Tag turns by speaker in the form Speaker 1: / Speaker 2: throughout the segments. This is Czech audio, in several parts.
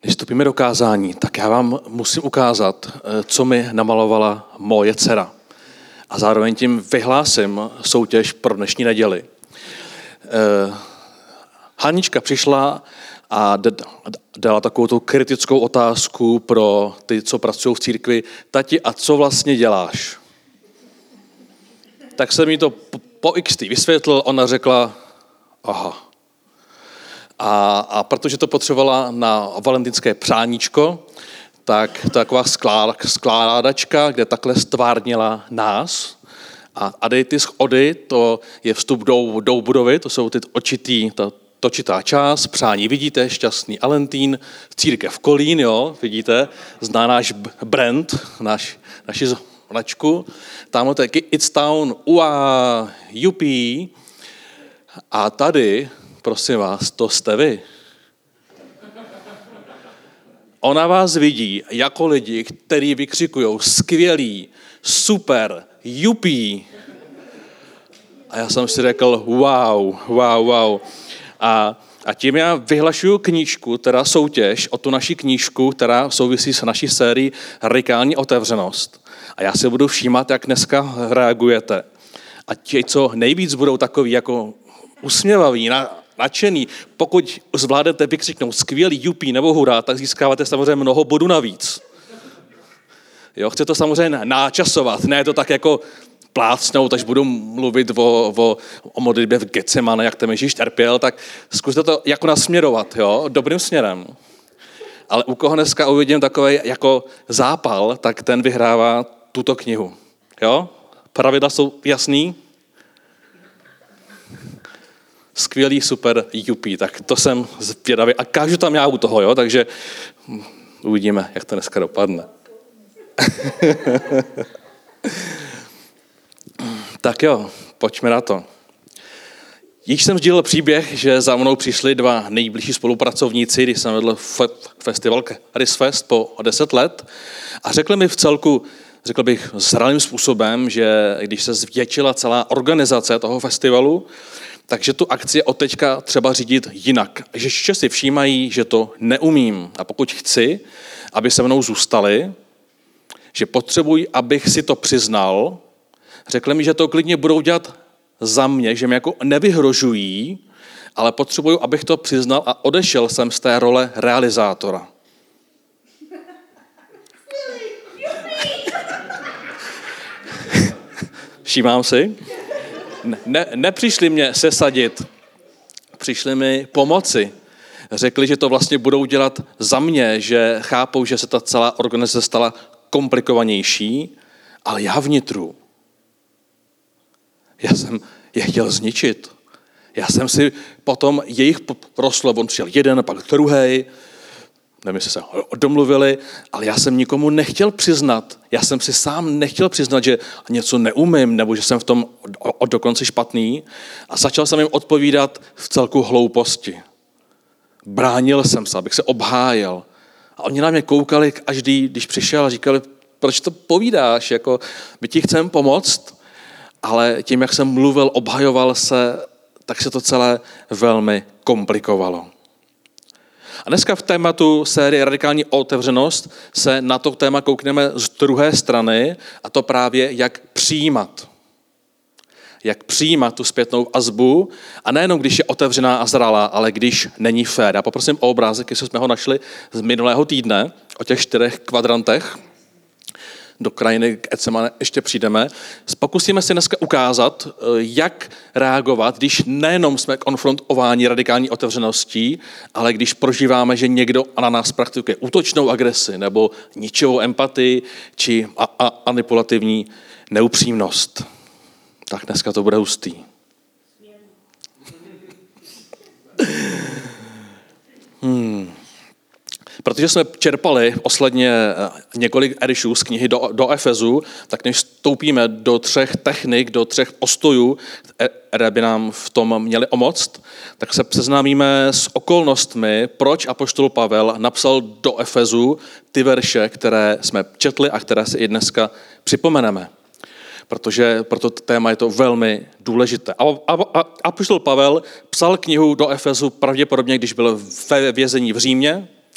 Speaker 1: Když vstupíme do kázání, tak já vám musím ukázat, co mi namalovala moje dcera. A zároveň tím vyhlásím soutěž pro dnešní neděli. Hanička přišla a dala takovou tu kritickou otázku pro ty, co pracují v církvi. Tati, a co vlastně děláš? Tak jsem jí to po XT vysvětlil, ona řekla, aha. A protože to potřebovala na valentinské přáníčko, tak to je taková skládačka, kde takhle stvárnila nás. A adeitisk ody, to je vstup do budovy, to jsou ty točitá část, přání vidíte, šťastný Alentín, církev Kolín, jo, vidíte, zná náš brand, naši značku. Tamhle to je It's Town, ua, jupi. A tady, prosím vás, to jste vy. Ona vás vidí jako lidi, kteří vykřikují skvělý, super, jupi. A já jsem si řekl, wow. A tím já vyhlašuju knížku, teda soutěž o tu naši knížku, která souvisí s naší sérií Radikální otevřenost. A já si budu všímat, jak dneska reagujete. A ti, co nejvíc budou takový jako usměvaví, nadšený, pokud zvládnete vykřiknout skvělý jupí nebo hurá, tak získáváte samozřejmě mnoho bodů navíc. Jo, chci to samozřejmě náčasovat, ne to tak jako plácnout, až budu mluvit o modlitbě v Getsemane, jak ten Ježíš trpěl, tak zkuste to jako nasměrovat, jo, dobrým směrem. Ale u koho dneska uvidím takový jako zápal, tak ten vyhrává tuto knihu. Jo? Pravidla jsou jasný? Skvělý, super, jupi, tak to jsem zvědavý. A kážu tam já u toho, jo, takže uvidíme, jak to dneska dopadne. Tak jo, pojďme na to. Již jsem sdílel příběh, že za mnou přišli dva nejbližší spolupracovníci, když jsem vedl festival Risfest po 10 let a řekli mi v celku, řekl bych, zralým způsobem, že když se zvětšila celá organizace toho festivalu, takže tu akci od teďka třeba řídit jinak. Že ještě si všímají, že to neumím. A pokud chci, aby se mnou zůstali, že potřebuji, abych si to přiznal, řekli mi, že to klidně budou dělat za mě, že mě jako nevyhrožují, ale potřebuju, abych to přiznal a odešel jsem z té role realizátora. Všímám si? Nepřišli mě sesadit, přišli mi pomoci. Řekli, že to vlastně budou dělat za mě, že chápou, že se ta celá organizace stala komplikovanější, ale já vnitru. Já jsem je chtěl zničit. Já jsem si potom jejich proslov, on přijel jeden, pak druhý, nevím, jestli se domluvili, ale já jsem nikomu nechtěl přiznat. Já jsem si sám nechtěl přiznat, že něco neumím, nebo že jsem v tom dokonce špatný. A začal jsem jim odpovídat v celku hlouposti. Bránil jsem se, abych se obhájil. A oni na mě koukali každý, když přišel a říkali, proč to povídáš, jako my ti chceme pomoct, ale tím, jak jsem mluvil, obhajoval se, tak se to celé velmi komplikovalo. A dneska v tématu série Radikální otevřenost se na to téma koukneme z druhé strany, a to právě jak přijímat. Jak přijímat tu zpětnou vazbu, a nejenom když je otevřená a zralá, ale když není fér. Já poprosím o obrázek, jestli jsme ho našli z minulého týdne, o těch 4 kvadrantech. Do krajiny Getsemane ještě přijdeme. Pokusíme si dneska ukázat, jak reagovat, když nejenom jsme konfrontováni radikální otevřeností, ale když prožíváme, že někdo na nás praktikuje útočnou agresi nebo ničivou empatii či manipulativní neupřímnost. Tak dneska to bude hustý. Protože jsme čerpali posledně několik edišů z knihy do Efezu, tak než vstoupíme do 3 technik, do 3 postojů, které by nám v tom měly pomoct, tak se seznámíme s okolnostmi, proč apoštol Pavel napsal do Efezu ty verše, které jsme četli a které si i dneska připomeneme. Protože pro to téma je to velmi důležité. Apoštol Pavel psal knihu do Efezu pravděpodobně, když byl ve vězení v Římě,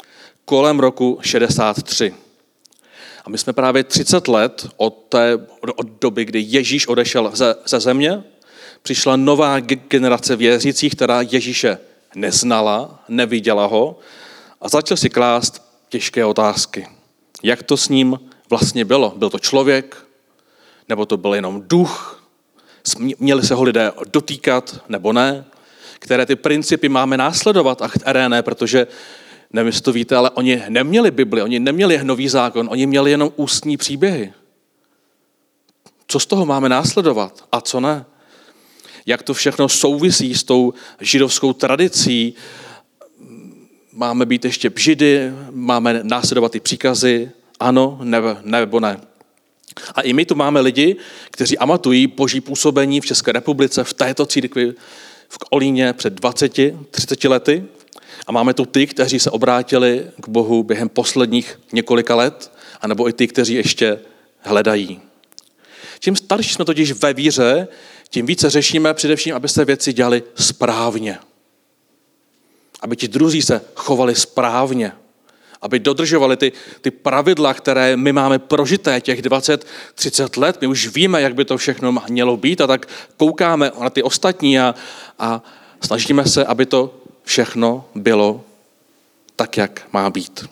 Speaker 1: kolem roku 63. A my jsme právě 30 let od doby, kdy Ježíš odešel ze země, přišla nová generace věřících, která Ježíše neznala, neviděla ho a začal si klást těžké otázky. Jak to s ním vlastně bylo? Byl to člověk? Nebo to byl jenom duch? Měli se ho lidé dotýkat nebo ne? Které ty principy máme následovat a které ne, protože nevím, jestli to víte, ale oni neměli Bibli, oni neměli nový zákon, oni měli jenom ústní příběhy. Co z toho máme následovat a co ne? Jak to všechno souvisí s tou židovskou tradicí? Máme být ještě Židy, máme následovat ty příkazy, ano, nebo ne. A i my tu máme lidi, kteří amatují boží působení v České republice, v této církvi, v Kolíně před 20-30 lety. A máme tu ty, kteří se obrátili k Bohu během posledních několika let, anebo i ty, kteří ještě hledají. Čím starší jsme totiž ve víře, tím více řešíme především, aby se věci dělaly správně. Aby ti druzí se chovali správně. Aby dodržovali ty pravidla, které my máme prožité těch 20-30 let. My už víme, jak by to všechno mělo být a tak koukáme na ty ostatní a snažíme se, aby to všechno bylo tak, jak má být.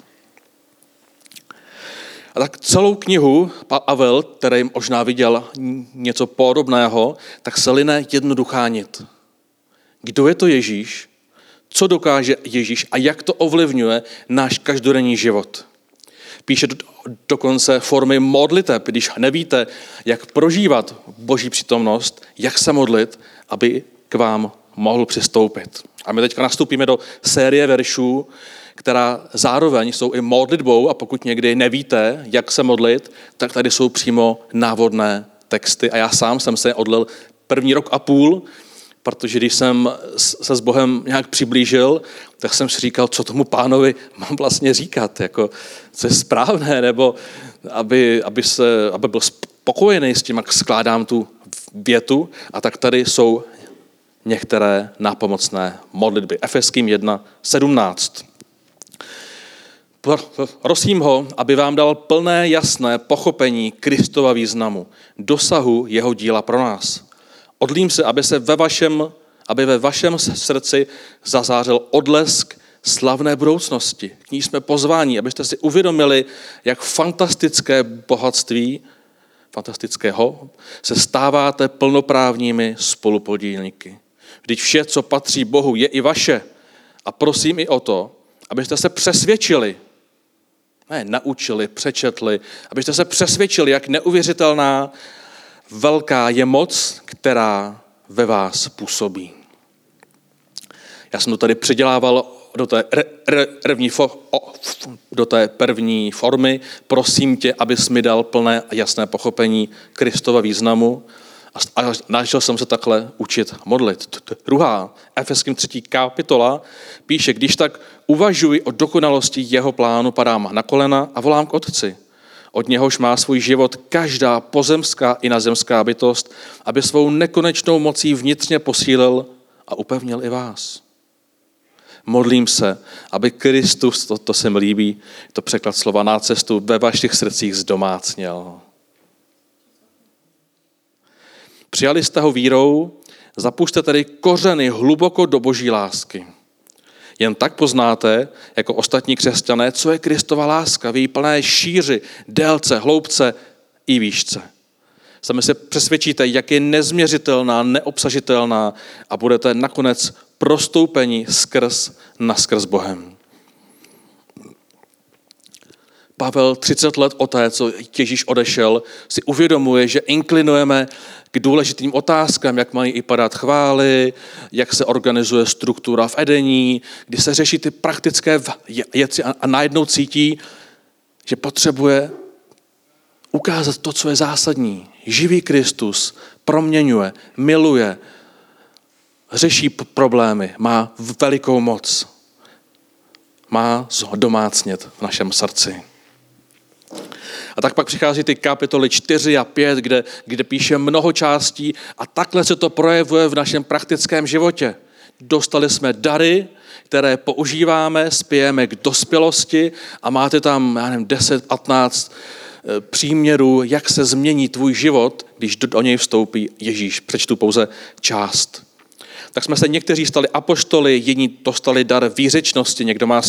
Speaker 1: A tak celou knihu Pavel, který možná viděl něco podobného, tak se line jednoduchá nit. Kdo je to Ježíš? Co dokáže Ježíš a jak to ovlivňuje náš každodenní život? Píše dokonce formy modliteb, když nevíte, jak prožívat Boží přítomnost, jak se modlit, aby k vám mohl přistoupit. A my teďka nastoupíme do série veršů, která zároveň jsou i modlitbou a pokud někdy nevíte, jak se modlit, tak tady jsou přímo návodné texty a já sám jsem se odlil první rok a půl, protože když jsem se s Bohem nějak přiblížil, tak jsem si říkal, co tomu pánovi mám vlastně říkat, jako, co je správné, nebo aby byl spokojený s tím, jak skládám tu větu. A tak tady jsou některé nápomocné modlitby. Efeským 1:17. Prosím ho, aby vám dal plné, jasné pochopení Kristova významu, dosahu jeho díla pro nás. Odlím se, aby ve vašem srdci zazářil odlesk slavné budoucnosti. K ní jsme pozváni, abyste si uvědomili, jak fantastického se stáváte plnoprávními spolupodílníky. Vždyť vše, co patří Bohu, je i vaše. A prosím i o to, abyste se přesvědčili, naučili, přečetli, abyste se přesvědčili, jak neuvěřitelná, velká je moc, která ve vás působí. Já jsem to tady předělával do té první formy. Prosím tě, abys mi dal plné a jasné pochopení Kristova významu a našel jsem se takhle učit modlit. Druhá, Efeským 3. kapitola, píše, když tak uvažuji o dokonalosti jeho plánu, padám na kolena a volám k Otci. Od něhož má svůj život každá pozemská i nazemská bytost, aby svou nekonečnou mocí vnitřně posílil a upevnil i vás. Modlím se, aby Kristus, to se mi líbí, to překlad slova na cestu, ve vašich srdcích zdomácněl. Přijali jste ho vírou, zapušte tedy kořeny hluboko do boží lásky. Jen tak poznáte, jako ostatní křesťané, co je Kristova láska v její plné šíři, délce, hloubce i výšce. Sami se přesvědčíte, jak je nezměřitelná, neobsažitelná a budete nakonec prostoupeni naskrz Bohem. Pavel 30 let poté, co Ježíš odešel, si uvědomuje, že inklinujeme k důležitým otázkám, jak mají i padat chvály, jak se organizuje struktura v edení, kdy se řeší ty praktické věci a najednou cítí, že potřebuje ukázat to, co je zásadní. Živý Kristus proměňuje, miluje, řeší problémy, má velikou moc. Má zdomácnět v našem srdci. A tak pak přichází ty kapitoly 4 a 5, kde píše mnoho částí a takhle se to projevuje v našem praktickém životě. Dostali jsme dary, které používáme, spějeme k dospělosti a máte tam, 10, 15 příměrů, jak se změní tvůj život, když do něj vstoupí Ježíš. Přečtu pouze část. Tak jsme se někteří stali apoštoly, jiní dostali dar výřečnosti, někdo má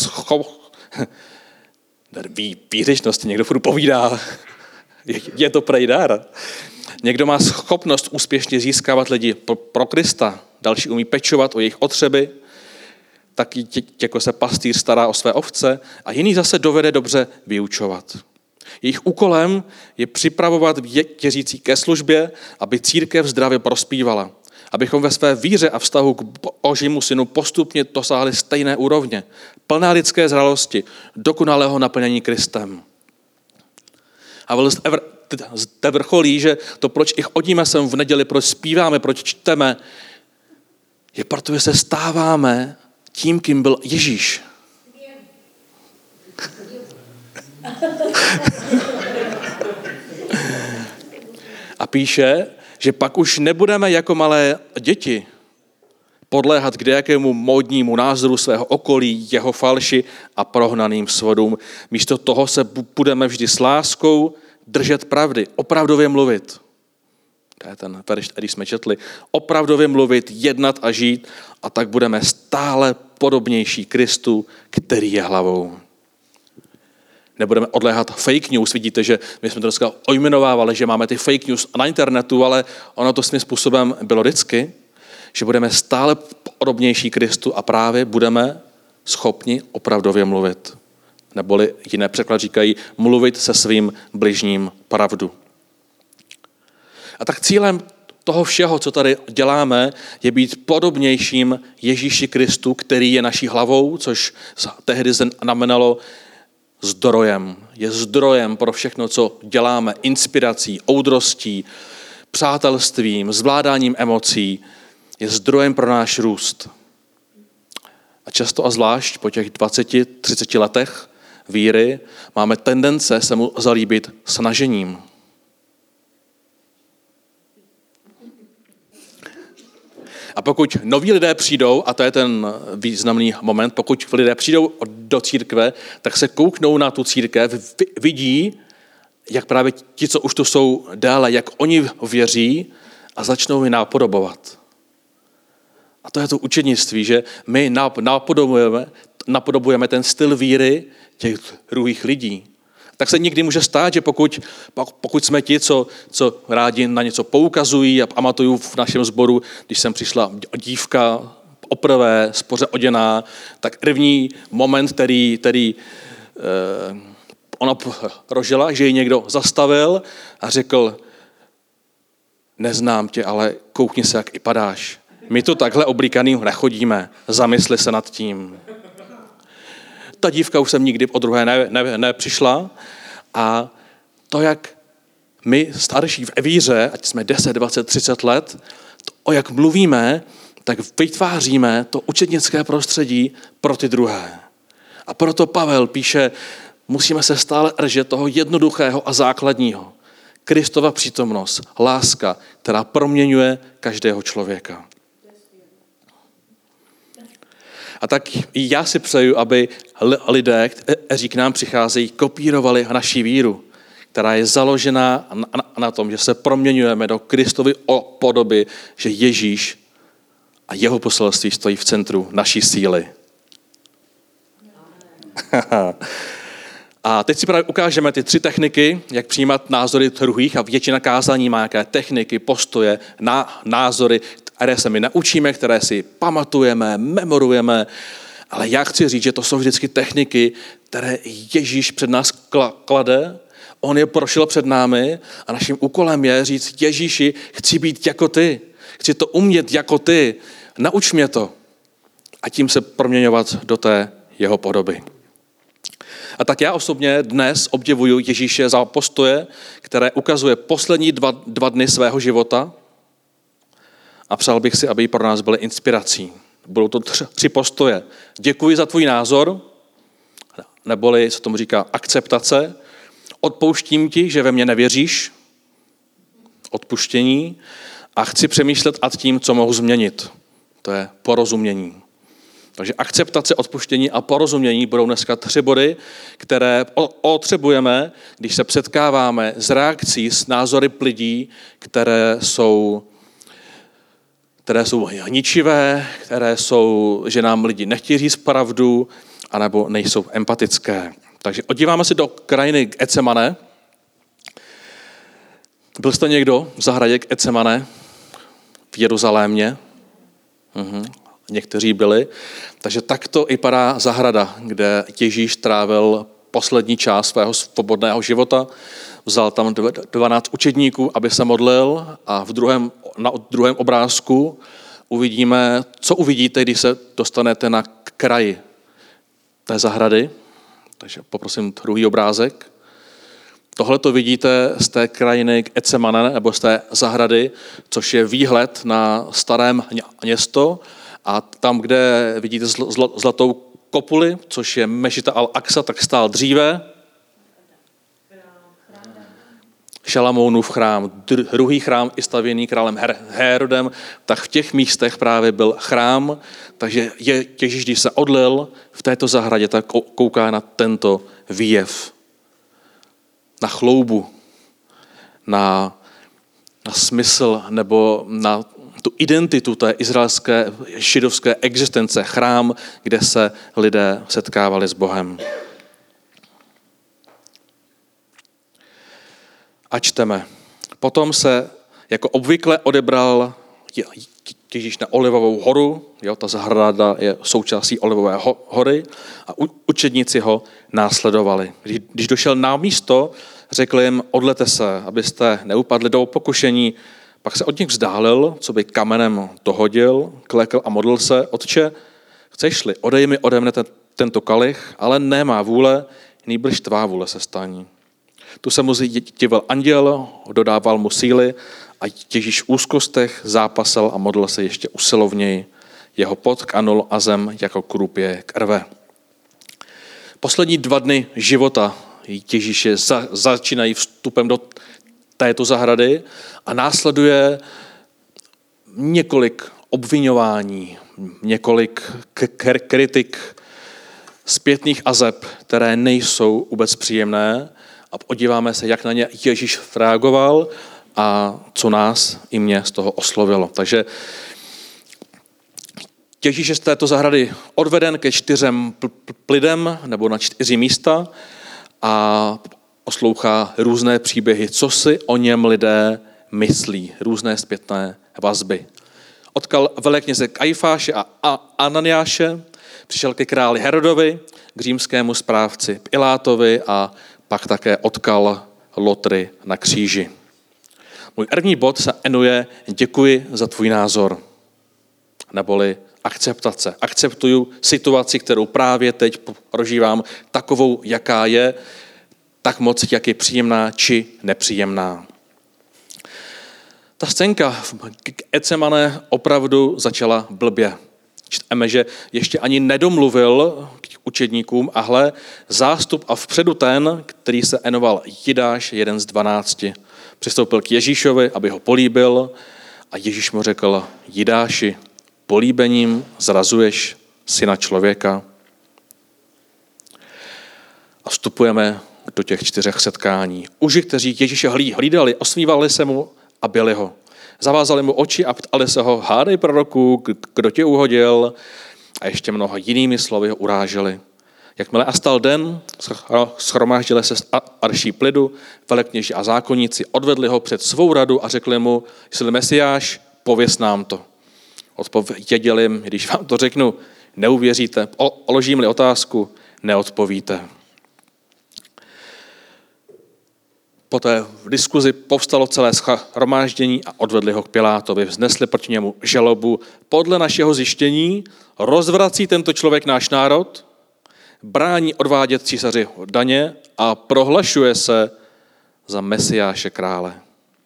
Speaker 1: dar výřečnosti, někdo furt povídá, je to prej dar. Někdo má schopnost úspěšně získávat lidi pro Krista, další umí pečovat o jejich otřeby, taky jako se pastýř stará o své ovce a jiný zase dovede dobře vyučovat. Jejich úkolem je připravovat věřící ke službě, aby církev zdravě prospívala. Abychom ve své víře a vztahu k Božímu synu postupně dosáhli stejné úrovně. Plná lidské zralosti, dokonalého naplnění Kristem. A zde vrcholí, že to, proč i chodíme sem v neděli, proč zpíváme, proč čteme, je protože se stáváme tím, kým byl Ježíš. A píše, že pak už nebudeme jako malé děti podléhat kdejakému módnímu názoru svého okolí, jeho falši a prohnaným svodům. Místo toho se budeme vždy s láskou držet pravdy, opravdově mluvit. To je ten verš, který jsme četli. Opravdově mluvit, jednat a žít a tak budeme stále podobnější Kristu, který je hlavou. Nebudeme odléhat fake news. Vidíte, že my jsme to dneska ojmenovávali, že máme ty fake news na internetu, ale ono to svým způsobem bylo vždycky, že budeme stále podobnější Kristu a právě budeme schopni opravdově mluvit. Neboli jiné překlady říkají mluvit se svým bližním pravdu. A tak cílem toho všeho, co tady děláme, je být podobnějším Ježíši Kristu, který je naší hlavou, což tehdy znamenalo zdrojem. Je zdrojem pro všechno, co děláme, inspirací, moudrostí, přátelstvím, zvládáním emocí. Je zdrojem pro náš růst. A často a zvlášť po těch 20-30 letech víry máme tendence se mu zalíbit snažením. A pokud noví lidé přijdou, a to je ten významný moment, pokud lidé přijdou do církve, tak se kouknou na tu církev, vidí, jak právě ti, co už tu jsou déle, jak oni věří a začnou je napodobovat. A to je to učednictví, že my napodobujeme ten styl víry těch druhých lidí. Tak se někdy může stát, že pokud jsme ti, co rádi na něco poukazují a pamatuju v našem sboru, když sem přišla dívka poprvé, spoře oděná, tak první moment, který ona prožila, že ji někdo zastavil a řekl, neznám tě, ale koukni se, jak i padáš. My to takhle oblíkaný nechodíme, zamysli se nad tím. Ta dívka už jsem nikdy o druhé nepřišla a to, jak my starší v víře, ať jsme 10, 20, 30 let, to, jak mluvíme, tak vytváříme to učednické prostředí pro ty druhé. A proto Pavel píše, musíme se stále držet toho jednoduchého a základního. Kristova přítomnost, láska, která proměňuje každého člověka. A tak já si přeju, aby lidé, kteří k nám přicházejí, kopírovali naši víru, která je založená na tom, že se proměňujeme do Kristovy podoby, že Ježíš a jeho poselství stojí v centru naší síly. A teď si právě ukážeme ty 3 techniky, jak přijímat názory druhých a většina kázání má nějaké techniky, postoje, názory, které se my naučíme, které si pamatujeme, memorujeme, ale já chci říct, že to jsou vždycky techniky, které Ježíš před nás klade, on je prošel před námi a naším úkolem je říct, Ježíši, chci být jako ty, chci to umět jako ty, nauč mě to a tím se proměňovat do té jeho podoby. A tak já osobně dnes obdivuju Ježíše za postoje, které ukazuje poslední dva dny svého života a přál bych si, aby pro nás byly inspirací. Budou to 3 postoje. Děkuji za tvůj názor, neboli, co tomu říká, akceptace. Odpouštím ti, že ve mě nevěříš. Odpuštění. A chci přemýšlet nad tím, co mohu změnit. to je porozumění. Takže akceptace, odpuštění a porozumění budou dneska 3 body, které potřebujeme, když se setkáváme s reakcí, s názory lidí, které jsou ničivé, že nám lidi nechtějí říct pravdu, anebo nejsou empatické. Takže odíváme se do krajiny Getsemane. Byl jste někdo v zahradě Getsemane v Jeruzalémě? Někteří byli. Takže takto i padá zahrada, kde Ježíš trávil poslední část svého svobodného života. Vzal tam 12 učedníků, aby se modlil, a na druhém obrázku uvidíme, co uvidíte, když se dostanete na kraji té zahrady. Takže poprosím druhý obrázek. Tohle to vidíte z té krajiny Getsemane, nebo z té zahrady, což je výhled na staré město, a tam, kde vidíte zlatou kopuli, což je Mešita al-Aqsa, tak stál dříve Šalamounův chrám, druhý chrám i stavěný králem Hérodem, tak v těch místech právě byl chrám, takže Ježíš, když se odlil v této zahradě, tak kouká na tento výjev, na chloubu, na smysl nebo na tu identitu té izraelské, židovské existence, chrám, kde se lidé setkávali s Bohem. A čteme. Potom se jako obvykle odebral Ježíš na Olivovou horu, ta zahrada je součástí Olivové hory, a učedníci ho následovali. Když došel na místo, řekl jim, odlete se, abyste neupadli do pokušení. Pak se od nich vzdálil, co by kamenem to hodil, klekl a modlil se, Otče, chceš-li, odej mi ode mne tento kalich, ale nemá vůle, nýbrž tvá vůle se staň. Tu se mu divil anděl, dodával mu síly a Ježíš v úzkostech zápasel a modlil se ještě usilovněji. Jeho pot kanul a zem jako krůpě krve. Poslední 2 dny života Ježíše začínají vstupem do této zahrady a následuje několik obviňování, několik kritik, zpětných azeb, které nejsou vůbec příjemné, a podíváme se, jak na ně Ježíš reagoval a co nás i mě z toho oslovilo. Takže Ježíš je z této zahrady odveden ke 4 lidem nebo na 4 místa a poslouchá různé příběhy, co si o něm lidé myslí, různé zpětné vazby. Odkal velekněze Kajfáše a Ananiáše, přišel ke králi Herodovi, k římskému správci Pilátovi a pak také odkal Lotry na kříži. Můj první bod se jmenuje Děkuji za tvůj názor, neboli akceptace. Akceptuju situaci, kterou právě teď prožívám, takovou, jaká je, tak moc, jak je příjemná či nepříjemná. Ta scénka v Getsemane opravdu začala blbě. Čteme, že ještě ani nedomluvil k učedníkům, a hle, zástup a vpředu ten, který se jmenoval Jidáš, jeden z 12. Přistoupil k Ježíšovi, aby ho políbil, a Ježíš mu řekl, Jidáši, políbením zrazuješ syna člověka. A vstupujeme do těch 4 setkání. Uži, kteří Ježíše hlídali, osmívali se mu a byli ho. Zavázali mu oči a ptali se ho, hádej proroku, kdo tě uhodil, a ještě mnoho jinými slovy ho uráželi. Jakmile nastal den, shromáždili se z arší plidu, velekněži a zákonníci, odvedli ho před svou radu a řekli mu, jsi Mesiáš, pověz nám to. Odpověděl jim, když vám to řeknu, neuvěříte, položím-li otázku, neodpovíte. Poté v diskuzi povstalo celé shromáždění a odvedli ho k Pilátovi. Vznesli proti němu žalobu. Podle našeho zjištění rozvrací tento člověk náš národ, brání odvádět císaři daně a prohlašuje se za Mesiáše krále.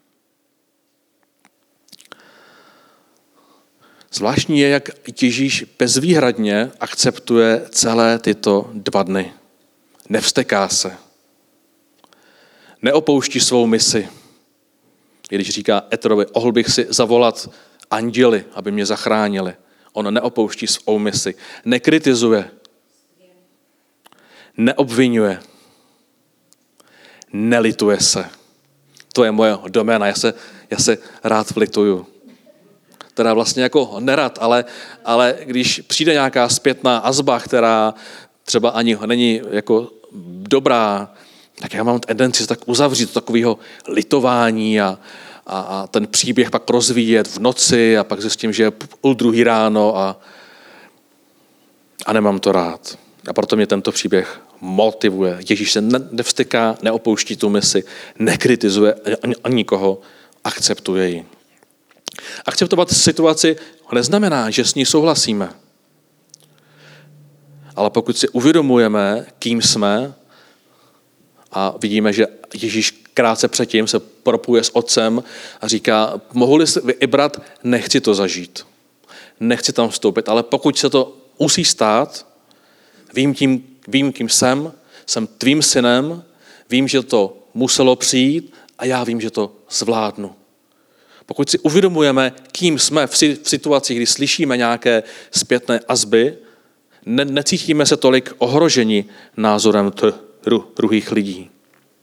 Speaker 1: Zvláštní je, jak Ježíš bezvýhradně akceptuje celé tyto 2 dny. Nevsteká se. Neopouští svou misi. I když říká Etrovi, mohl bych si zavolat anděli, aby mě zachránili. On neopouští svou misi, nekritizuje, neobvinuje, nelituje se. To je moje doména, já se rád vlituju. Teda vlastně jako nerad, ale když přijde nějaká zpětná azba, která třeba ani není jako dobrá, tak já mám tendenci tak uzavřít do takového litování a ten příběh pak rozvíjet v noci a pak zjistím, že je 2:30 ráno a nemám to rád. A proto mě tento příběh motivuje. Ježíš se nevstyká, neopouští tu misi, nekritizuje ani nikoho, akceptuje ji. Akceptovat situaci neznamená, že s ní souhlasíme. Ale pokud si uvědomujeme, kým jsme a vidíme, že Ježíš krátce předtím se propuje s otcem a říká, mohu-li si vybrat, nechci to zažít. Nechci tam vstoupit, ale pokud se to musí stát, vím, kým jsem tvým synem, vím, že to muselo přijít a já vím, že to zvládnu. Pokud si uvědomujeme, kým jsme v situacích, kdy slyšíme nějaké zpětné azby, necítíme se tolik ohroženi názorem druhých lidí.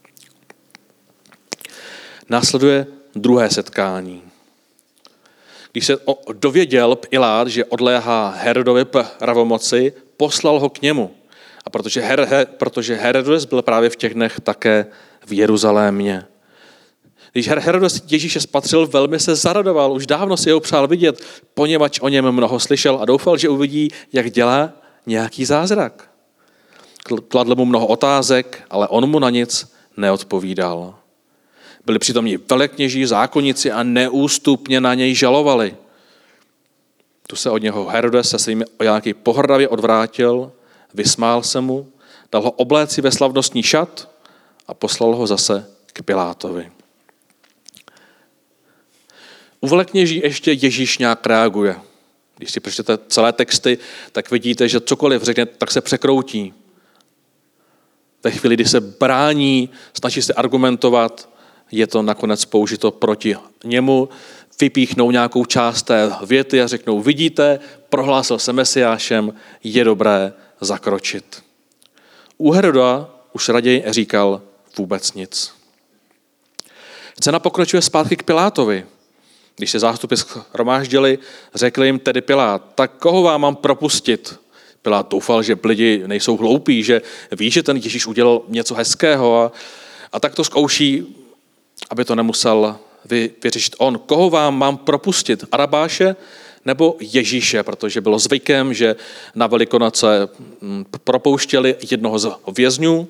Speaker 1: Následuje druhé setkání. Když se dověděl Pilát, že odléhá Herodovy pravomoci, poslal ho k němu. A protože Herodes byl právě v těch dnech také v Jeruzalémě. Když Herodes Ježíše spatřil, velmi se zaradoval, už dávno si ho přál vidět, poněvadž o něm mnoho slyšel a doufal, že uvidí, jak dělá nějaký zázrak. Kladl mu mnoho otázek, ale on mu na nic neodpovídal. Byli přítomní velekněží, zákonníci a neústupně na něj žalovali. Tu se od něho Herodes se svými ojáky pohrdavě odvrátil, vysmál se mu, dal ho obléci ve slavnostní šat a poslal ho zase k Pilátovi. U velekněží ještě Ježíš nějak reaguje. Když si přečtete celé texty, tak vidíte, že cokoliv řekne, tak se překroutí. Ve chvíli, kdy se brání, snaží se argumentovat, je to nakonec použito proti němu, vypíchnou nějakou část té věty a řeknou, vidíte, prohlásil se Mesiášem, je dobré zakročit. U Heroda už raději říkal vůbec nic. Scéna pokračuje zpátky k Pilátovi. Když se zástupy shromáždili, řekl jim tedy Pilát, tak koho vám mám propustit? Pilát doufal, že lidi nejsou hloupí, že ví, že ten Ježíš udělal něco hezkého a tak to zkouší, aby to nemusel vyřešit on. Koho vám mám propustit? Barabáše nebo Ježíše? Protože bylo zvykem, že na Velikonoce propouštěli jednoho z vězňů.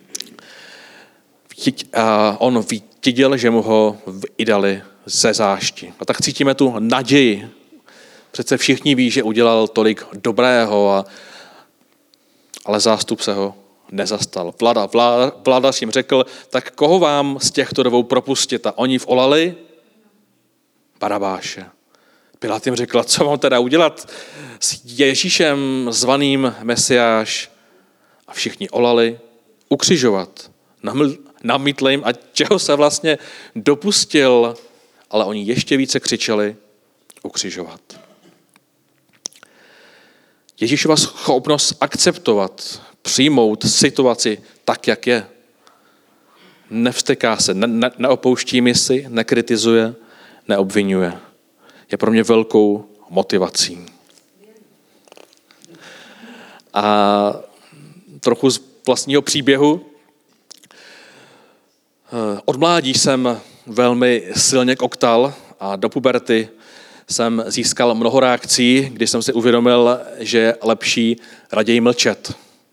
Speaker 1: A on viděl, že mu ho vydali ze zášti. A tak cítíme tu naději. Přece všichni ví, že udělal tolik dobrého, ale zástup se ho nezastal. Vládař jim řekl, tak koho vám z těchto dvou propustit? A oni volali Barabáše. Pilát jim řekl, co mám teda udělat s Ježíšem zvaným Mesiáš? A všichni volali ukřižovat. Namítli jim, a čeho se vlastně dopustil, ale oni ještě více křičeli ukřižovat. Ježíšova schopnost akceptovat, přijmout situaci tak, jak je. Nevzteká se, neopouští misi, nekritizuje, neobvinuje. Je pro mě velkou motivací. A trochu z vlastního příběhu. Od mládí jsem velmi silně koktal a do puberty jsem získal mnoho reakcí, když jsem si uvědomil, že je lepší raději mlčet.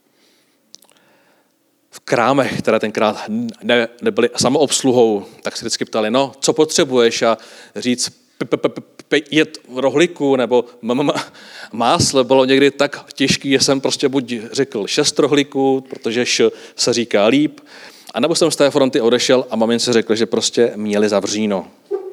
Speaker 1: V krámech, které tenkrát nebyly samoobsluhou, tak se vždycky ptali, no, co potřebuješ a říct jet rohlíku nebo máslo bylo někdy tak těžký, že jsem prostě buď řekl 6 rohlíků, protože se říká líp, anebo jsem z té fronty odešel a mamince řekl, že prostě měli zavříno.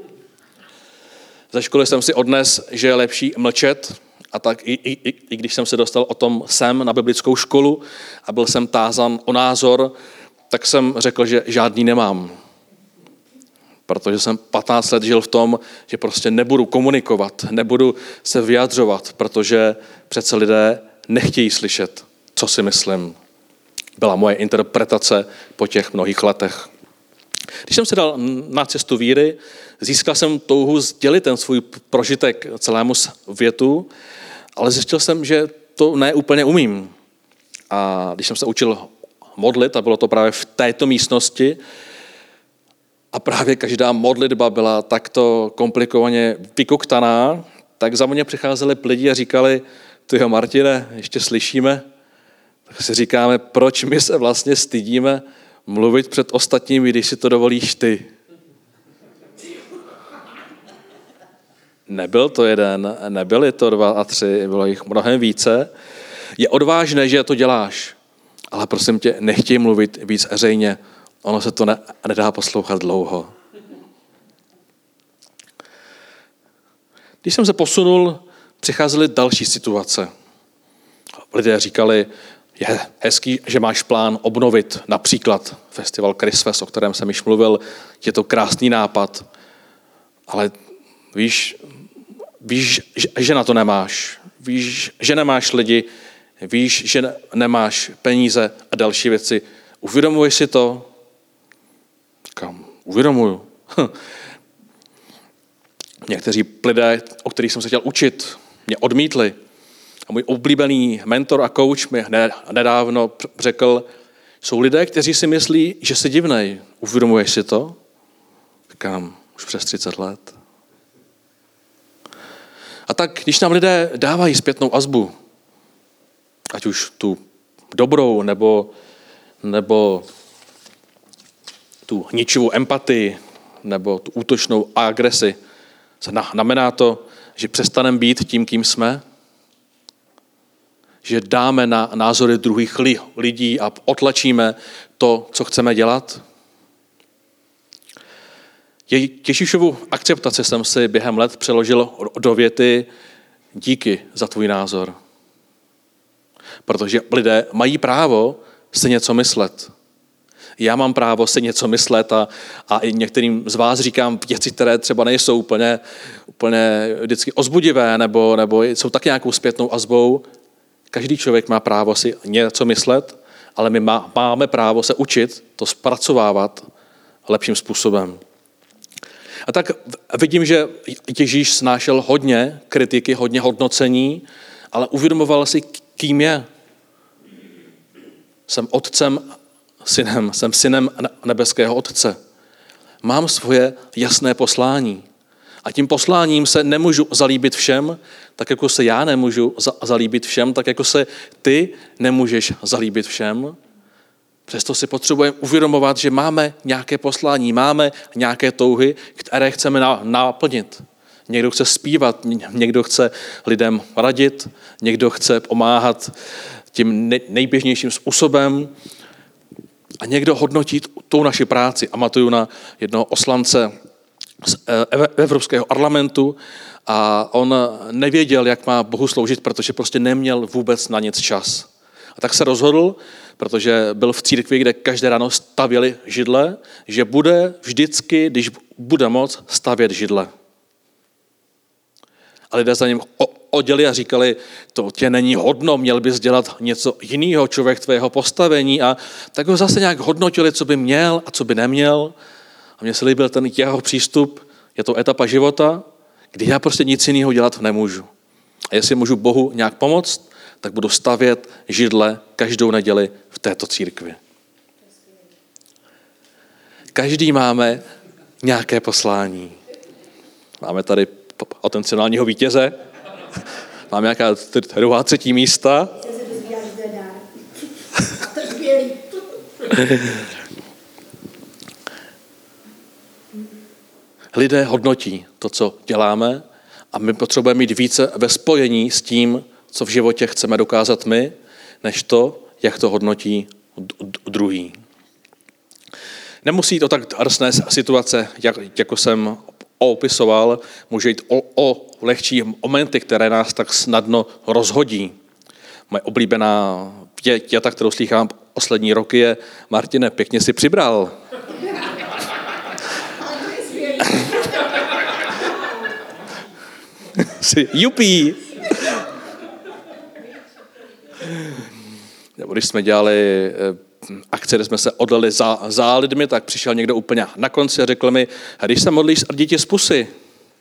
Speaker 1: Ze školy jsem si odnes, že je lepší mlčet a tak i když jsem se dostal o tom sem na biblickou školu a byl jsem tázan o názor, tak jsem řekl, že žádný nemám. protože jsem 15 let žil v tom, že prostě nebudu komunikovat, nebudu se vyjadřovat, protože přece lidé nechtějí slyšet, co si myslím. Byla moje interpretace po těch mnohých letech. Když jsem se dal na cestu víry, získal jsem touhu sdělit ten svůj prožitek celému světu, ale zjistil jsem, že to ne úplně umím. A když jsem se učil modlit, a bylo to právě v této místnosti, a právě každá modlitba byla takto komplikovaně vykoktaná, tak za mě přicházeli lidi a říkali, tyjo Martine, ještě slyšíme? Tak si říkáme, proč my se vlastně stydíme mluvit před ostatními, když si to dovolíš ty. Nebyl to jeden, nebyli to 2 a 3, bylo jich mnohem více. Je odvážné, že to děláš, ale prosím tě, nechtěj mluvit víc veřejně. Ono se to nedá poslouchat dlouho. Když jsem se posunul, přicházely další situace. Lidé říkali, je hezký, že máš plán obnovit například festival Christfest, o kterém jsem již mluvil. Je to krásný nápad, ale víš, že na to nemáš. Víš, že nemáš lidi, víš, že nemáš peníze a další věci. Uvědomuješ si to? Kam? Uvědomuju. Někteří lidé, o kterých jsem se chtěl učit, mě odmítli. A můj oblíbený mentor a coach mi nedávno řekl, jsou lidé, kteří si myslí, že jsi divnej. Uvědomuješ si to? Říkám, už přes 30 let. A tak, když nám lidé dávají zpětnou vazbu, ať už tu dobrou, nebo tu ničivou empatii, nebo tu útočnou agresi, znamená to, že přestaneme být tím, kým jsme, že dáme na názory druhých lidí a otlačíme to, co chceme dělat. Ježíšovu akceptaci jsem si během let přeložil do věty díky za tvůj názor. Protože lidé mají právo si něco myslet. Já mám právo si něco myslet a i některým z vás říkám věci, které třeba nejsou úplně vždycky ozbudivé nebo jsou tak nějakou zpětnou vazbou. Každý člověk má právo si něco myslet, ale my máme právo se učit to zpracovávat lepším způsobem. A tak vidím, že Ježíš snášel hodně kritiky, hodně hodnocení, ale uvědomoval si, kým je. Jsem otcem, synem, jsem synem nebeského otce. Mám svoje jasné poslání. A tím posláním se nemůžu zalíbit všem, tak jako se já nemůžu zalíbit všem, tak jako se ty nemůžeš zalíbit všem. Přesto si potřebujeme uvědomovat, že máme nějaké poslání, máme nějaké touhy, které chceme naplnit. Někdo chce zpívat, někdo chce lidem radit, někdo chce pomáhat tím nejběžnějším způsobem a někdo hodnotí tou naši práci. Pamatuju na jednoho poslance z Evropského parlamentu a on nevěděl, jak má Bohu sloužit, protože prostě neměl vůbec na nic čas. A tak se rozhodl, protože byl v církvi, kde každé ráno stavěli židle, že bude vždycky, když bude moc, stavět židle. A lidé za ním oděli a říkali, to tě není hodno, měl bys dělat něco jiného, člověk tvého postavení. A tak ho zase nějak hodnotili, co by měl a co by neměl. A mně se líbil ten jeho přístup, je to etapa života, kdy já prostě nic jiného dělat nemůžu. A jestli můžu Bohu nějak pomoct, tak budu stavět židle každou neděli v této církvi. Každý máme nějaké poslání. Máme tady potenciálního vítěze, máme nějaká 2., 3. místa. Lidé hodnotí to, co děláme a my potřebujeme mít více ve spojení s tím, co v životě chceme dokázat my, než to, jak to hodnotí druhý. Nemusí jít o tak drsné situace, jako jsem opisoval, může jít o lehčí momenty, které nás tak snadno rozhodí. Moje oblíbená věta, kterou slýchám poslední roky, je: Martine, pěkně si přibral. Jupí! Nebo když jsme dělali akce, kde jsme se odlili za lidmi, tak přišel někdo úplně na konci a řekl mi, když se modlíš, rdí ti z pusy.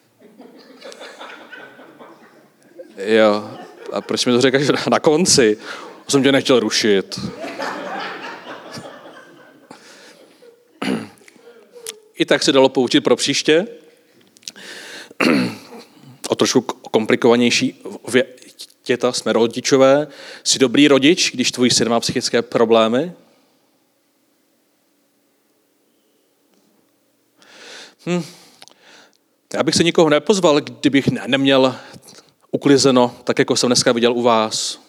Speaker 1: Jo, a proč mi to říkáš na konci? Jsem tě nechtěl rušit. I tak se dalo poučit pro příště. O trošku komplikovanější věta, jsme rodičové. Jsi dobrý rodič, když tvůj syn má psychické problémy? Já bych se nikoho nepozval, kdybych neměl uklizeno, tak jako jsem dneska viděl u vás.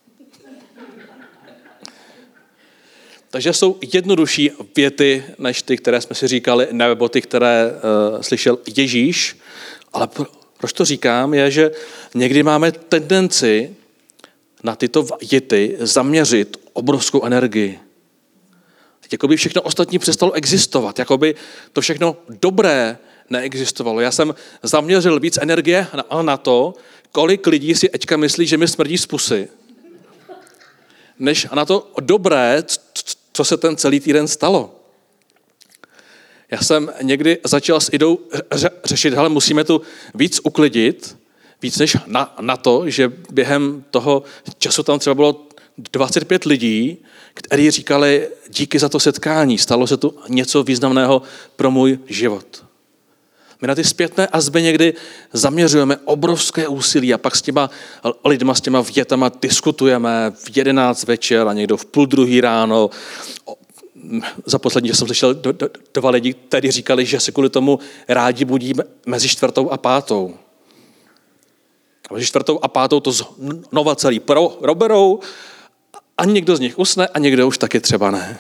Speaker 1: Takže jsou jednodušší věty, než ty, které jsme si říkali, nebo ty, které slyšel Ježíš. Ale proč to říkám, je, že někdy máme tendenci na tyto věty zaměřit obrovskou energii. Jako by všechno ostatní přestalo existovat, jako by to všechno dobré neexistovalo. Já jsem zaměřil víc energie na to, kolik lidí si Eďka myslí, že mi smrdí z pusy, než na to dobré, co se ten celý týden stalo. Já jsem někdy začal s Idou řešit, hele, musíme tu víc uklidit, víc než na to, že během toho času tam třeba bylo 25 lidí, kteří říkali, díky za to setkání, stalo se tu něco významného pro můj život. My na ty zpětné azby někdy zaměřujeme obrovské úsilí a pak s těma lidma, s těma větama diskutujeme v 11 večer a někdo v 12:30 ráno. Za poslední jsem slyšel 2 lidi, kteří říkali, že se kvůli tomu rádi budí mezi 4. a 5. A mezi 4. a 5. to znova celý proberou a někdo z nich usne a někdo už taky třeba ne.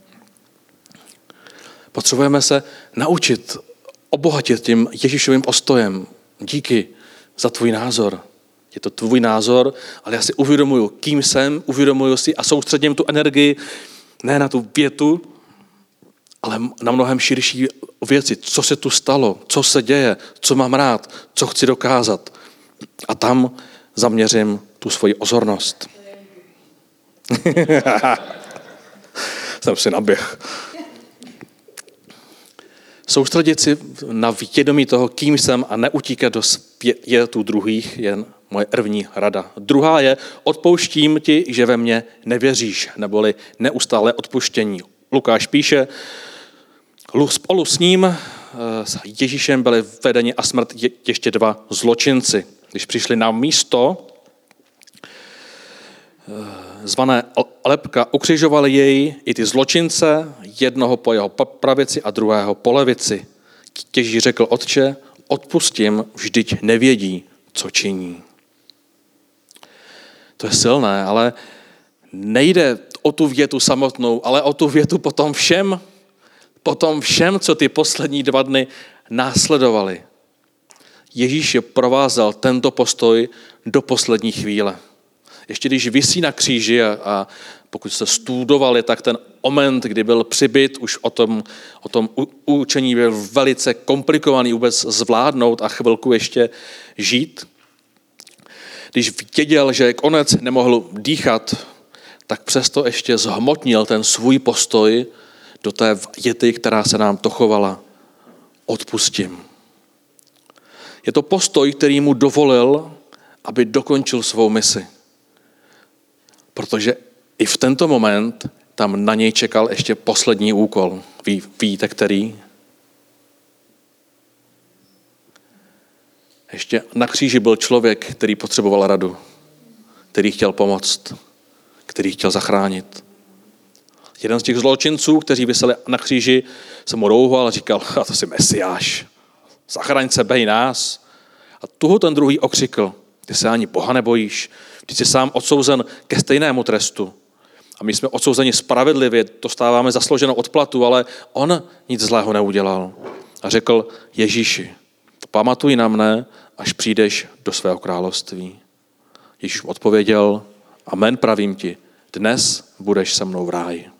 Speaker 1: Potřebujeme se naučit obohatit tím Ježíšovým postojem. Díky za tvůj názor. Je to tvůj názor, ale já si uvědomuju, kým jsem, uvědomuju si a soustředím tu energii ne na tu větu, ale na mnohem širší věci. Co se tu stalo, co se děje, co mám rád, co chci dokázat. A tam zaměřím tu svoji pozornost. Jsem si naběh. Soustředit si na vědomí toho, kým jsem a neutíkat do světů druhých je moje první rada. Druhá je, odpouštím ti, že ve mně nevěříš, neboli neustále odpuštění. Lukáš píše, spolu s ním, s Ježíšem byli vedeni a smrt ještě 2 zločinci. Když přišli na místo zvané Lebka, ukřižovali jej i ty zločince, jednoho po jeho pravici a druhého po levici. Ježíš řekl, Otče, odpustím, vždyť nevědí, co činí. To je silné, ale nejde o tu větu samotnou, ale o tu větu potom všem, co ty poslední 2 dny následovali. Ježíš je provázel tento postoj do poslední chvíle. Ještě když visí na kříži a pokud jste studovali, tak ten moment, kdy byl přibyt, už o tom učení byl velice komplikovaný vůbec zvládnout a chvilku ještě žít. Když věděl, že konec nemohl dýchat, tak přesto ještě zhmotnil ten svůj postoj do té věty, která se nám tochovala. Odpustím. Je to postoj, který mu dovolil, aby dokončil svou misi. Protože i v tento moment tam na něj čekal ještě poslední úkol. Víte, který? Ještě na kříži byl člověk, který potřeboval radu, který chtěl pomoct, který chtěl zachránit. Jeden z těch zločinců, kteří viseli na kříži, se mu rouhal a říkal, a to jsi Mesiáš, zachraň se, bej nás. A tuho ten druhý okřikl, ty se ani Boha nebojíš, ty jsi sám odsouzen ke stejnému trestu. A my jsme odsouzeni spravedlivě, dostáváme zaslouženou odplatu, ale on nic zlého neudělal. A řekl, Ježíši, pamatuj na mne, až přijdeš do svého království. Ježíš odpověděl, amen, pravím ti, dnes budeš se mnou v ráji.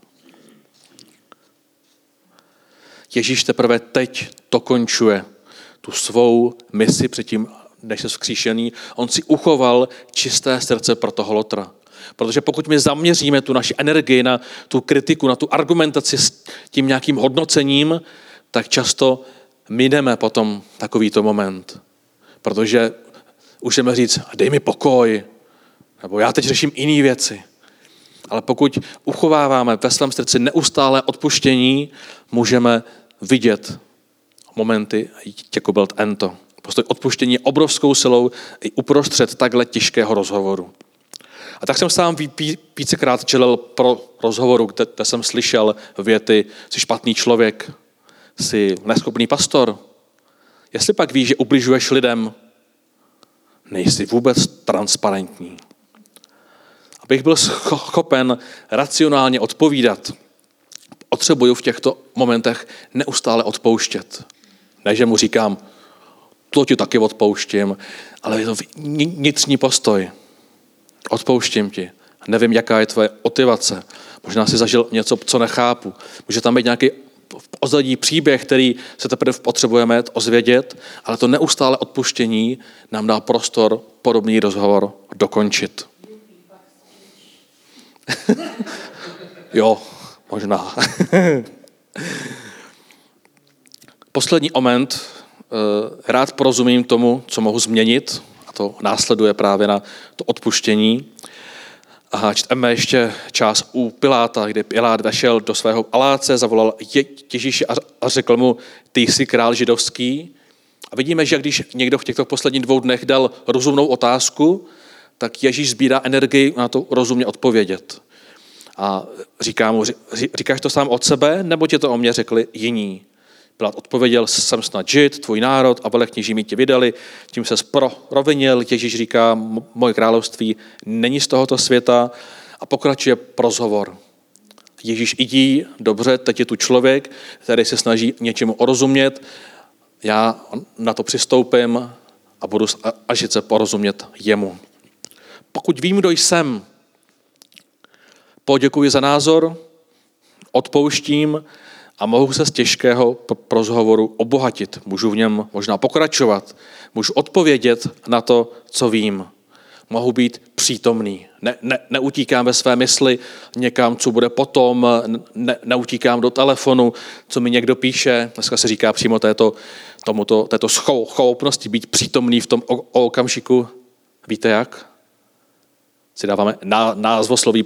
Speaker 1: Ježíš teprve teď dokončuje tu svou misi před tím než je vzkříšený, on si uchoval čisté srdce pro toho Lotra. Protože pokud my zaměříme tu naši energii na tu kritiku, na tu argumentaci s tím nějakým hodnocením, tak často mineme potom takovýto moment. Protože už můžeme říct, dej mi pokoj, nebo já teď řeším jiné věci. Ale pokud uchováváme ve svém srdci neustálé odpuštění, můžeme vidět momenty, jako byl tento. Postoj odpuštění je obrovskou silou i uprostřed takhle těžkého rozhovoru. A tak jsem sám vícekrát čelil pro rozhovoru, kde jsem slyšel věty, jsi špatný člověk, jsi neschopný pastor. Jestli pak víš, že ubližuješ lidem, nejsi vůbec transparentní. Abych byl schopen racionálně odpovídat, potřebuju v těchto momentech neustále odpouštět. Ne, že mu říkám, to ti taky odpouštím, ale je to vnitřní postoj. Odpouštím ti. Nevím, jaká je tvoje motivace. Možná jsi zažil něco, co nechápu. Může tam být nějaký pozadí příběh, který se teprve potřebujeme ozvědět, ale to neustále odpuštění nám dá prostor podobný rozhovor dokončit. Jo, možná. Poslední moment. Rád porozumím tomu, co mohu změnit, a to následuje právě na to odpuštění. A čteme ještě část u Piláta, kdy Pilát vešel do svého paláce, zavolal Ježíše a řekl mu, ty jsi král židovský. A vidíme, že když někdo v těchto posledních 2 dnech dal rozumnou otázku, tak Ježíš sbírá energii na to rozumně odpovědět. A říká mu, říkáš to sám od sebe, nebo tě to o mě řekli jiní? Pilát odpověděl, jsem snad Žid, tvůj národ a velekněží mi tě vydali, tím ses provinil. Ježíš říká, moje království není z tohoto světa a pokračuje rozhovor. Ježíš idí, dobře, teď je tu člověk, který se snaží něčemu orozumět, já na to přistoupím a budu snažit se porozumět jemu. Pokud vím, kdo jsem, poděkuji za názor, odpouštím a mohu se z těžkého rozhovoru obohatit. Můžu v něm možná pokračovat. Můžu odpovědět na to, co vím. Mohu být přítomný. Neutíkám ve své mysli někam, co bude potom. Neutíkám do telefonu, co mi někdo píše. Dneska se říká přímo této schopnosti být přítomný v tom okamžiku. Víte jak? Si dáváme názvosloví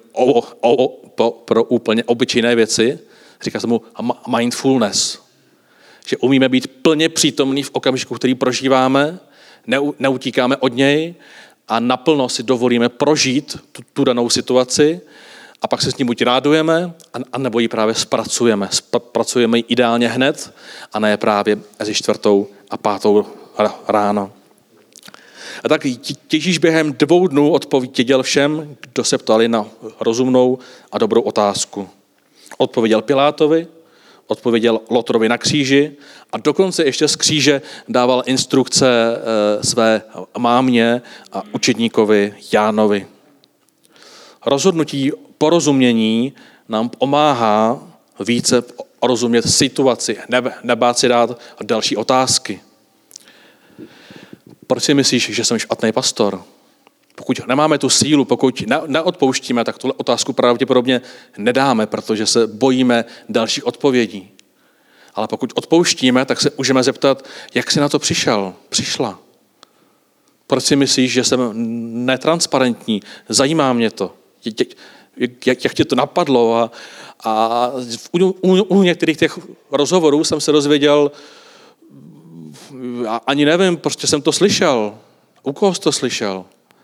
Speaker 1: pro úplně obyčejné věci. Říká se mu mindfulness. Že umíme být plně přítomní v okamžiku, který prožíváme, neutíkáme od něj a naplno si dovolíme prožít tu danou situaci a pak se s ní buď rádujeme, anebo ji právě zpracujeme. Zpracujeme ji ideálně hned a ne právě mezi 4. a 5. ráno. A tak Ježíš během 2 dnů odpověděl všem, kdo se ptali na rozumnou a dobrou otázku. Odpověděl Pilátovi, odpověděl Lotrovi na kříži a dokonce ještě z kříže dával instrukce své mámě a učedníkovi Jánovi. Rozhodnutí porozumění nám pomáhá více rozumět situaci, nebát si dát další otázky. Proč si myslíš, že jsem špatný pastor? Pokud nemáme tu sílu, pokud neodpouštíme, tak tuhle otázku pravděpodobně nedáme, protože se bojíme dalších odpovědí. Ale pokud odpouštíme, tak se můžeme zeptat, jak jsi na to přišla. Proč si myslíš, že jsem netransparentní? Zajímá mě to. Jak tě to napadlo? A u některých těch rozhovorů jsem se dozvěděl, ani nevím, prostě jsem to slyšel. U koho jsi to slyšel?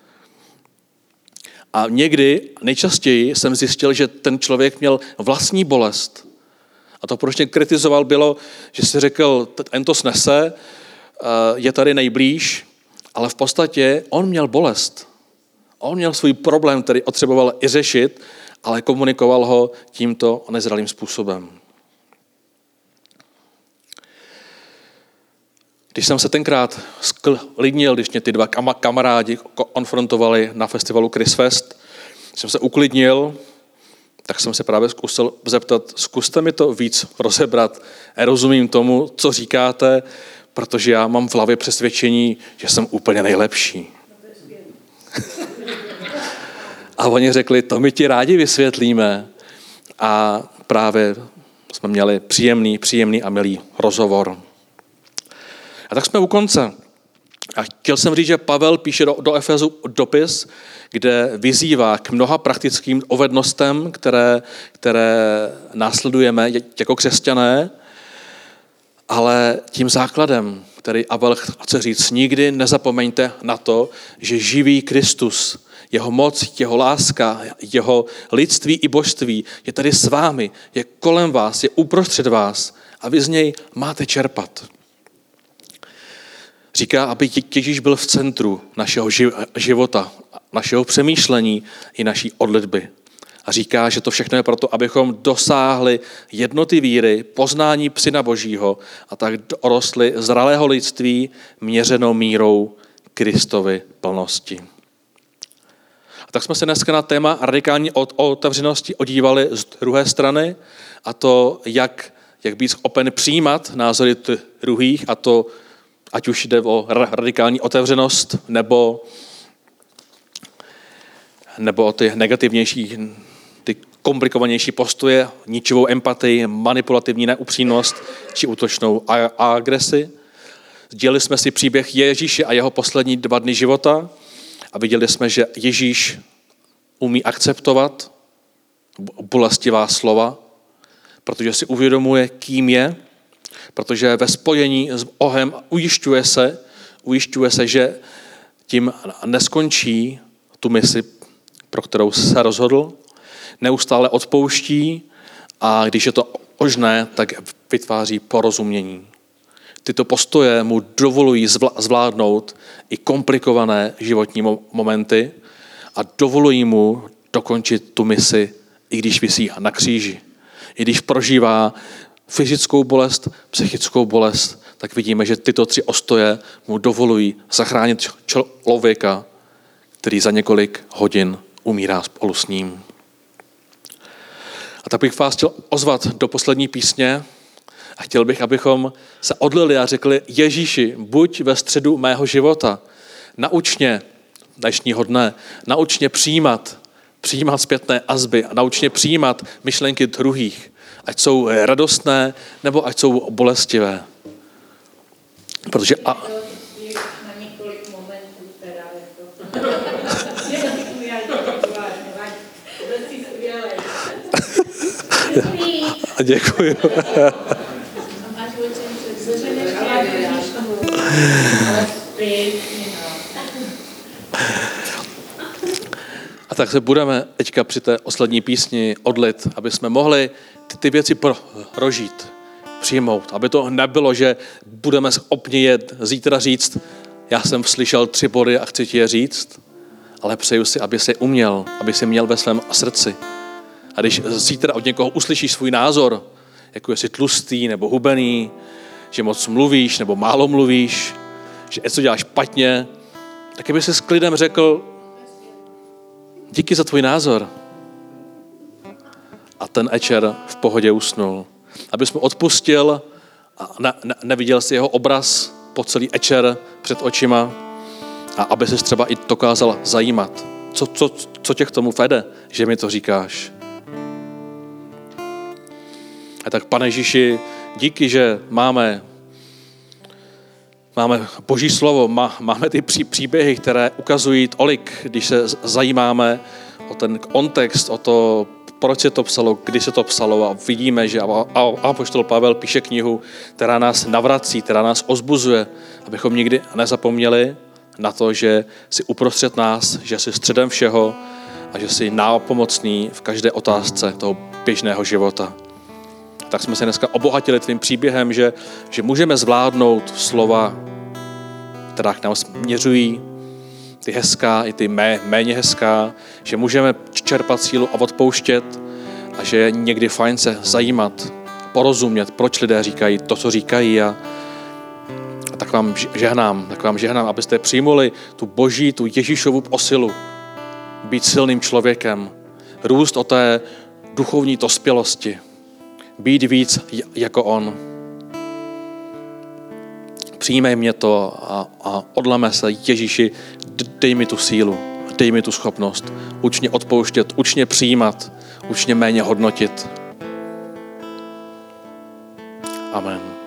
Speaker 1: A někdy, nejčastěji jsem zjistil, že ten člověk měl vlastní bolest. A to, proč mě kritizoval, bylo, že si řekl, ten to snese, je tady nejblíž, ale v podstatě on měl bolest. On měl svůj problém, který potřeboval i řešit, ale komunikoval ho tímto nezralým způsobem. Když jsem se tenkrát sklidnil, když mě ty 2 kamarádi konfrontovali na festivalu Chris Fest, když jsem se uklidnil, tak jsem se právě zkusil zeptat, zkuste mi to víc rozebrat. Rozumím tomu, co říkáte, protože já mám v hlavě přesvědčení, že jsem úplně nejlepší. A oni řekli, to my ti rádi vysvětlíme. A právě jsme měli příjemný a milý rozhovor. A tak jsme u konce. A chtěl jsem říct, že Pavel píše do Efezu dopis, kde vyzývá k mnoha praktickým dovednostem, které následujeme jako křesťané, ale tím základem, který Pavel chce říct, nikdy nezapomeňte na to, že živý Kristus, jeho moc, jeho láska, jeho lidství i božství je tady s vámi, je kolem vás, je uprostřed vás a vy z něj máte čerpat. Říká, aby Ježíš byl v centru našeho života, našeho přemýšlení i naší odlitby. A říká, že to všechno je proto, abychom dosáhli jednoty víry, poznání Syna Božího a tak dorostli zralého lidství měřenou mírou Kristovy plnosti. A tak jsme se dneska na téma radikální otevřenosti odívali z druhé strany, a to, jak být schopen přijímat názory druhých, a to ať už jde o radikální otevřenost, nebo o ty negativnější, ty komplikovanější postoje, ničivou empatii, manipulativní neupřímnost či útočnou agresi. Sdělili jsme si příběh Ježíše a jeho poslední 2 dny života a viděli jsme, že Ježíš umí akceptovat bolestivá slova, protože si uvědomuje, kým je, protože ve spojení s Bohem ujišťuje se, že tím neskončí tu misi, pro kterou se rozhodl, neustále odpouští a když je to možné, tak vytváří porozumění. Tyto postoje mu dovolují zvládnout i komplikované životní momenty a dovolují mu dokončit tu misi, i když visí na kříži. I když prožívá fyzickou bolest, psychickou bolest, tak vidíme, že tyto 3 ostoje mu dovolují zachránit člověka, který za několik hodin umírá spolu s ním. A tak bych vás chtěl ozvat do poslední písně a chtěl bych, abychom se odlili a řekli, Ježíši, buď ve středu mého života, nauč mě dnešního dne, nauč mě přijímat zpětné azby a nauč mě přijímat myšlenky druhých, ať jsou radostné, nebo ať jsou bolestivé. Protože
Speaker 2: na několik momentů teda
Speaker 1: Děkuji. A tak se budeme teďka při té poslední písni odlit, aby jsme mohli ty věci prožít, přijmout. Aby to nebylo, že budeme schopni zítra říct, já jsem slyšel 3 body a chci ti je říct, ale přeju si, aby si uměl, aby si měl ve svém srdci. A když zítra od někoho uslyšíš svůj názor, jako jsi tlustý nebo hubený, že moc mluvíš nebo málo mluvíš, že něco děláš špatně, tak by si s klidem řekl, díky za tvůj názor. A ten večer v pohodě usnul. Abys mu odpustil a neviděl si jeho obraz po celý večer před očima a aby si třeba i dokázal zajímat. Co tě k tomu vede, že mi to říkáš? A tak, Pane Ježíši, díky, že máme Boží slovo, máme ty příběhy, které ukazují tolik, když se zajímáme o ten kontext, o to, proč se to psalo, kdy se to psalo a vidíme, že apoštol Pavel píše knihu, která nás navrací, která nás ozbuzuje, abychom nikdy nezapomněli na to, že jsi uprostřed nás, že jsi středem všeho a že jsi nápomocný v každé otázce toho běžného života. Tak jsme se dneska obohatili tvým příběhem, že můžeme zvládnout slova, která k nám směřují, ty hezká i ty méně hezká, že můžeme čerpat sílu a odpouštět a že je někdy fajn se zajímat, porozumět, proč lidé říkají to, co říkají a tak vám žehnám, abyste přijmuli tu Boží, tu Ježíšovu posilu, být silným člověkem, růst o té duchovní dospělosti, být víc jako on. přijmej mě to a odlame se, Ježíši, dej mi tu sílu, dej mi tu schopnost. Uč mě odpouštět, uč mě přijímat, uč mě méně hodnotit. Amen.